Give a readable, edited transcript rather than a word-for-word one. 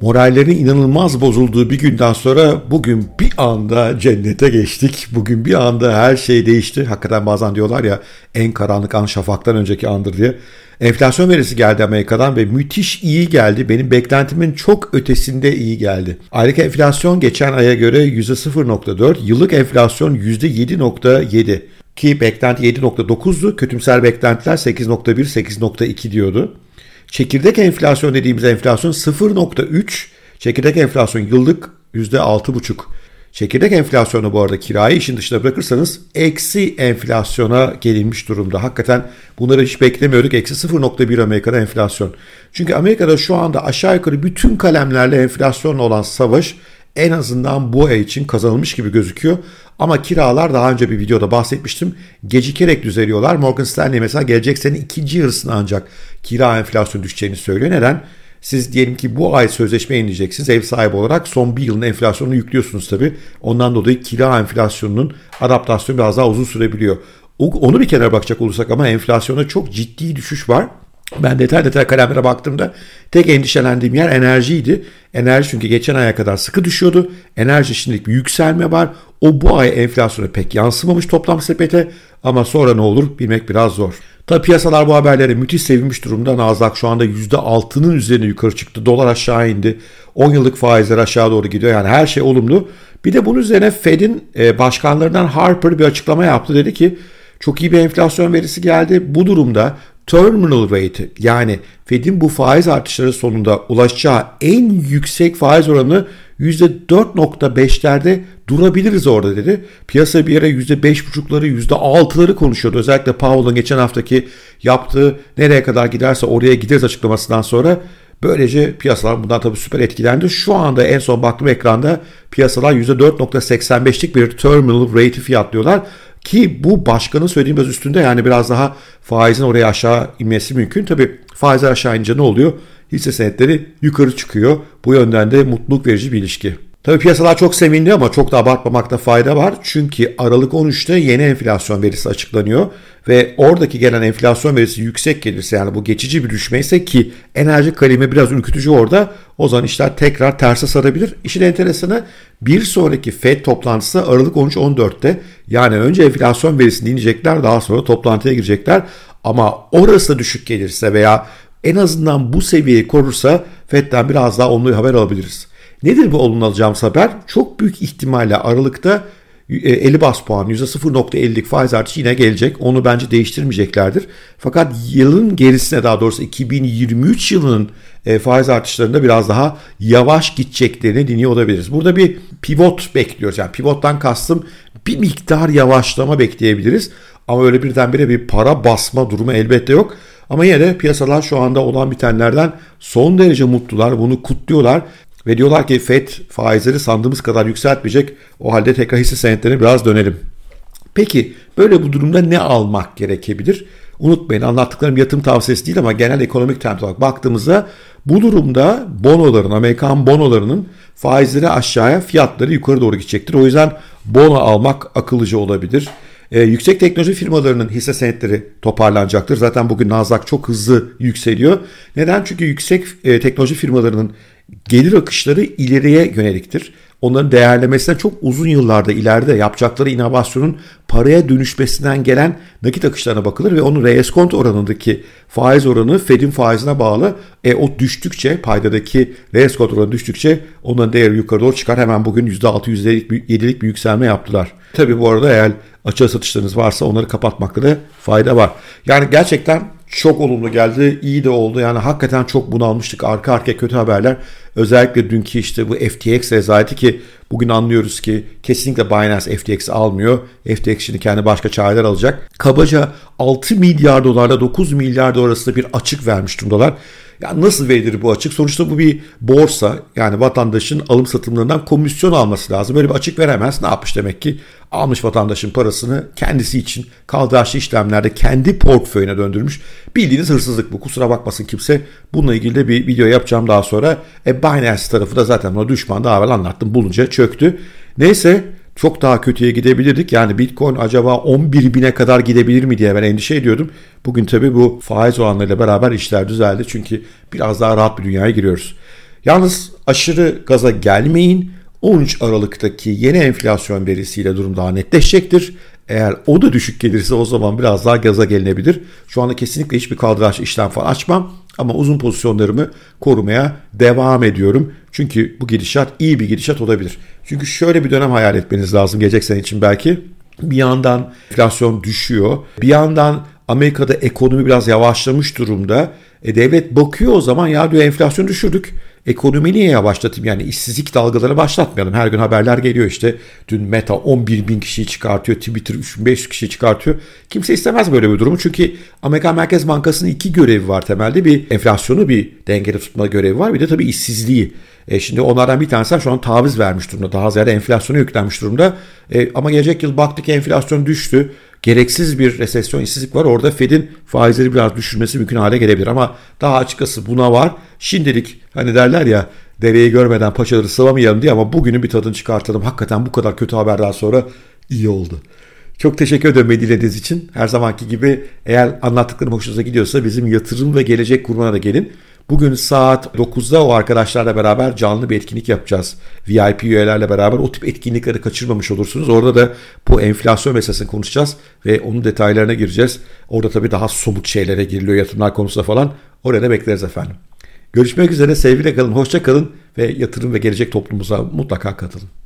Morallerin inanılmaz bozulduğu bir günden sonra bugün bir anda cennete geçtik. Bugün bir anda her şey değişti. Hakikaten bazen diyorlar ya en karanlık an şafaktan önceki andır diye. Enflasyon verisi geldi Amerika'dan ve müthiş iyi geldi. Benim beklentimin çok ötesinde iyi geldi. Aylık enflasyon geçen aya göre %0.4, yıllık enflasyon %7.7. Ki beklenti 7.9'du. Kötümser beklentiler 8.1, 8.2 diyordu. Çekirdek enflasyon dediğimiz enflasyon 0.3. Çekirdek enflasyon yıllık %6.5. Çekirdek enflasyonu bu arada kirayı işin dışına bırakırsanız eksi enflasyona gelinmiş durumda. Hakikaten bunları hiç beklemiyorduk. Eksi 0.1 Amerika'da enflasyon. Çünkü Amerika'da şu anda aşağı yukarı bütün kalemlerle enflasyonla olan savaş en azından bu ay için kazanılmış gibi gözüküyor. Ama kiralar daha önce bir videoda bahsetmiştim. Gecikerek düzeliyorlar. Morgan Stanley mesela gelecek senenin ikinci yarısına ancak kira enflasyonu düşeceğini söylüyor. Neden? Siz diyelim ki bu ay sözleşme yenileyeceksiniz. Ev sahibi olarak son bir yılın enflasyonunu yüklüyorsunuz tabii. Ondan dolayı kira enflasyonunun adaptasyonu biraz daha uzun sürebiliyor. Onu bir kenara bakacak olursak ama enflasyona çok ciddi düşüş var. Ben detay kalemlere baktığımda tek endişelendiğim yer enerjiydi. Enerji çünkü geçen aya kadar sıkı düşüyordu. Enerji şimdilik bir yükselme var. O bu ay enflasyona pek yansımamış toplam sepete ama sonra ne olur bilmek biraz zor. Tabi piyasalar bu haberlere müthiş sevinmiş durumda. Nasdaq şu anda %6'nın üzerine yukarı çıktı. Dolar aşağı indi. 10 yıllık faizler aşağı doğru gidiyor. Yani her şey olumlu. Bir de bunun üzerine Fed'in başkanlarından Harper bir açıklama yaptı. Dedi ki çok iyi bir enflasyon verisi geldi. Bu durumda terminal rate yani Fed'in bu faiz artışları sonunda ulaşacağı en yüksek faiz oranı %4.5'lerde durabiliriz orada dedi. Piyasa bir ara %5.5'ları %6'ları konuşuyordu. Özellikle Powell'ın geçen haftaki yaptığı nereye kadar giderse oraya gideriz açıklamasından sonra böylece piyasalar bundan tabii süper etkilendi. Şu anda en son baktığım ekranda piyasalar %4.85'lik bir terminal rate'i fiyatlıyorlar. Ki bu başkanın söylediği biraz üstünde yani biraz daha faizin oraya aşağı inmesi mümkün. Tabii faizler aşağı inince ne oluyor? Hisse senetleri yukarı çıkıyor. Bu yönden de mutluluk verici bir ilişki. Tabii piyasalar çok sevindi ama çok da abartmamakta fayda var. Çünkü Aralık 13'te yeni enflasyon verisi açıklanıyor. Ve oradaki gelen enflasyon verisi yüksek gelirse yani bu geçici bir düşme ise ki enerji kalemi biraz ürkütücü orada. O zaman işler tekrar terse sarabilir. İşin enteresanı bir sonraki FED toplantısı Aralık 13-14'te yani önce enflasyon verisini dinleyecekler daha sonra toplantıya girecekler. Ama orası düşük gelirse veya en azından bu seviyeyi korursa FED'den biraz daha olumlu haber alabiliriz. Nedir bu olumlu alacağımız haber? Çok büyük ihtimalle Aralık'ta 50 bas puan %0.50'lik faiz artışı yine gelecek. Onu bence değiştirmeyeceklerdir. Fakat yılın gerisine daha doğrusu 2023 yılının faiz artışlarında biraz daha yavaş gideceklerini dinliyor olabiliriz. Burada bir pivot bekliyoruz. Yani pivottan kastım bir miktar yavaşlama bekleyebiliriz. Ama öyle birdenbire bir para basma durumu elbette yok. Ama yine de piyasalar şu anda olan bitenlerden son derece mutlular. Bunu kutluyorlar. Ve diyorlar ki FED faizleri sandığımız kadar yükseltmeyecek. O halde tekrar hisse senetlerine biraz dönelim. Peki böyle bu durumda ne almak gerekebilir? Unutmayın anlattıklarım yatırım tavsiyesi değil ama genel ekonomik trend olarak baktığımızda bu durumda bonoların, Amerikan bonolarının faizleri aşağıya fiyatları yukarı doğru gidecektir. O yüzden bono almak akıllıca olabilir. Yüksek teknoloji firmalarının hisse senetleri toparlanacaktır. Zaten bugün Nasdaq çok hızlı yükseliyor. Neden? Çünkü yüksek teknoloji firmalarının gelir akışları ileriye yöneliktir. Onların değerlemesine çok uzun yıllarda ileride yapacakları inovasyonun paraya dönüşmesinden gelen nakit akışlarına bakılır ve onun reeskont oranındaki faiz oranı Fed'in faizine bağlı. O düştükçe paydadaki reeskont oranı düştükçe onların değeri yukarı doğru çıkar. Hemen bugün %6, %7'lik bir yükselme yaptılar. Tabii bu arada eğer açığa satışlarınız varsa onları kapatmakta da fayda var. Yani gerçekten çok olumlu geldi. İyi de oldu. Yani hakikaten çok bunalmıştık. Arka arkaya kötü haberler. Özellikle dünkü işte bu FTX rezaleti ki bugün anlıyoruz ki kesinlikle Binance FTX'i almıyor. FTX şimdi kendi başka çareler alacak. Kabaca 6 milyar dolarla 9 milyar dolar arasında bir açık vermiş durumdalar. Ya nasıl verilir bu açık? Sonuçta bu bir borsa. Yani vatandaşın alım satımlarından komisyon alması lazım. Böyle bir açık veremez. Ne yapmış demek ki? Almış vatandaşın parasını kendisi için kaldıraçlı işlemlerde kendi portföyüne döndürmüş. Bildiğiniz hırsızlık bu. Kusura bakmasın kimse. Bununla ilgili de bir video yapacağım daha sonra. Binance tarafı da zaten ona düşman daha evvel anlattım. Bulunca çöktü. Neyse çok daha kötüye gidebilirdik. Yani Bitcoin acaba 11.000'e kadar gidebilir mi diye ben endişe ediyordum. Bugün tabii bu faiz oranlarıyla beraber işler düzeldi. Çünkü biraz daha rahat bir dünyaya giriyoruz. Yalnız aşırı gaza gelmeyin. 13 Aralık'taki yeni enflasyon verisiyle durum daha netleşecektir. Eğer o da düşük gelirse o zaman biraz daha gaza gelinebilir. Şu anda kesinlikle hiçbir kaldıraç işlem falan açmam. Ama uzun pozisyonlarımı korumaya devam ediyorum. Çünkü bu gidişat iyi bir gidişat olabilir. Çünkü şöyle bir dönem hayal etmeniz lazım gelecek sene için belki. Bir yandan enflasyon düşüyor. Bir yandan Amerika'da ekonomi biraz yavaşlamış durumda. Devlet bakıyor o zaman ya diyor enflasyonu düşürdük. Ekonomi niye yavaşlatayım? Yani işsizlik dalgaları başlatmayalım. Her gün haberler geliyor işte. Dün Meta 11 bin kişiyi çıkartıyor. Twitter 3500 kişiyi çıkartıyor. Kimse istemez böyle bir durumu. Çünkü Amerikan Merkez Bankası'nın iki görevi var temelde. Bir enflasyonu bir dengede tutma görevi var. Bir de tabii işsizliği. Şimdi onlardan bir tanesi şu an taviz vermiş durumda. Daha ziyade enflasyona yüklenmiş durumda. Ama gelecek yıl baktık enflasyon düştü. Gereksiz bir resesyon, işsizlik var. Orada Fed'in faizleri biraz düşürmesi mümkün hale gelebilir. Ama daha açıkçası buna var. Şimdilik hani derler ya deveyi görmeden paçaları sıvamayalım diye ama bugünün bir tadını çıkartalım. Hakikaten bu kadar kötü haberden sonra iyi oldu. Çok teşekkür ederim beni dinlediğiniz için. Her zamanki gibi eğer anlattıklarım hoşunuza gidiyorsa bizim yatırım ve gelecek kurmana da gelin. Bugün saat 9'da o arkadaşlarla beraber canlı bir etkinlik yapacağız. VIP üyelerle beraber o tip etkinlikleri kaçırmamış olursunuz. Orada da bu enflasyon meselesini konuşacağız ve onun detaylarına gireceğiz. Orada tabii daha somut şeylere giriliyor yatırımlar konusunda falan. Oraya da bekleriz efendim. Görüşmek üzere, sevgiyle kalın, hoşça kalın ve yatırım ve gelecek toplumumuza mutlaka katılın.